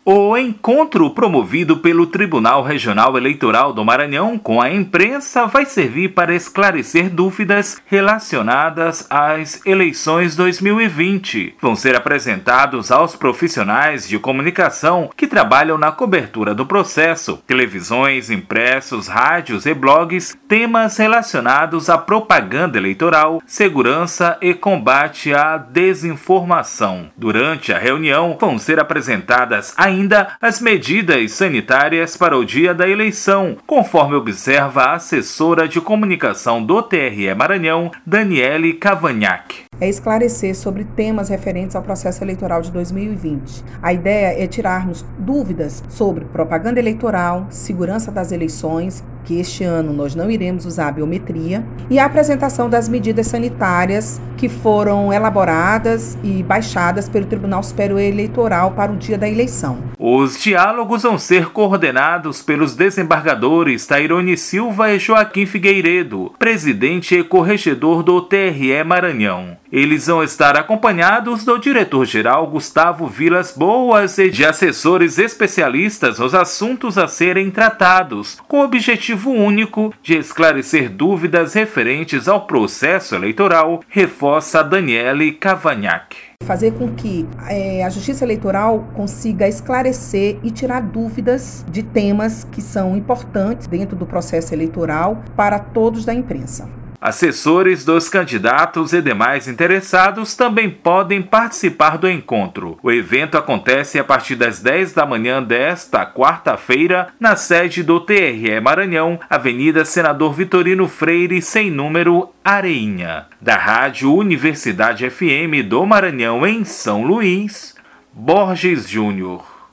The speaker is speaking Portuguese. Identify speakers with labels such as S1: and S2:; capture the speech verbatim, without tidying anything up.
S1: O encontro promovido pelo Tribunal Regional Eleitoral do Maranhão com a imprensa vai servir para esclarecer dúvidas relacionadas às eleições dois mil e vinte. Vão ser apresentados aos profissionais de comunicação que trabalham na cobertura do processo, televisões, impressos, rádios e blogs, temas relacionados à propaganda eleitoral, segurança e combate à desinformação. Durante a reunião, vão ser apresentadas a Ainda as medidas sanitárias para o dia da eleição, conforme observa a assessora de comunicação do T R E Maranhão, Daniele Cavanhac.
S2: É esclarecer sobre temas referentes ao processo eleitoral de dois mil e vinte. A ideia é tirarmos dúvidas sobre propaganda eleitoral, segurança das eleições, que este ano nós não iremos usar a biometria, e a apresentação das medidas sanitárias que foram elaboradas e baixadas pelo Tribunal Superior Eleitoral para o dia da eleição.
S1: Os diálogos vão ser coordenados pelos desembargadores Tairone Silva e Joaquim Figueiredo, presidente e corregedor do T R E Maranhão. Eles vão estar acompanhados do diretor-geral Gustavo Vilas Boas e de assessores especialistas nos assuntos a serem tratados, com o objetivo único de esclarecer dúvidas referentes ao processo eleitoral, reforça Daniele Cavanhac.
S2: Fazer com que é, a Justiça Eleitoral consiga esclarecer e tirar dúvidas de temas que são importantes dentro do processo eleitoral para todos da imprensa.
S1: Assessores dos candidatos e demais interessados também podem participar do encontro. O evento acontece a partir das dez da manhã desta quarta-feira na sede do T R E Maranhão, Avenida Senador Vitorino Freire, sem número, Areinha. Da Rádio Universidade F M do Maranhão, em São Luís, Borges Júnior.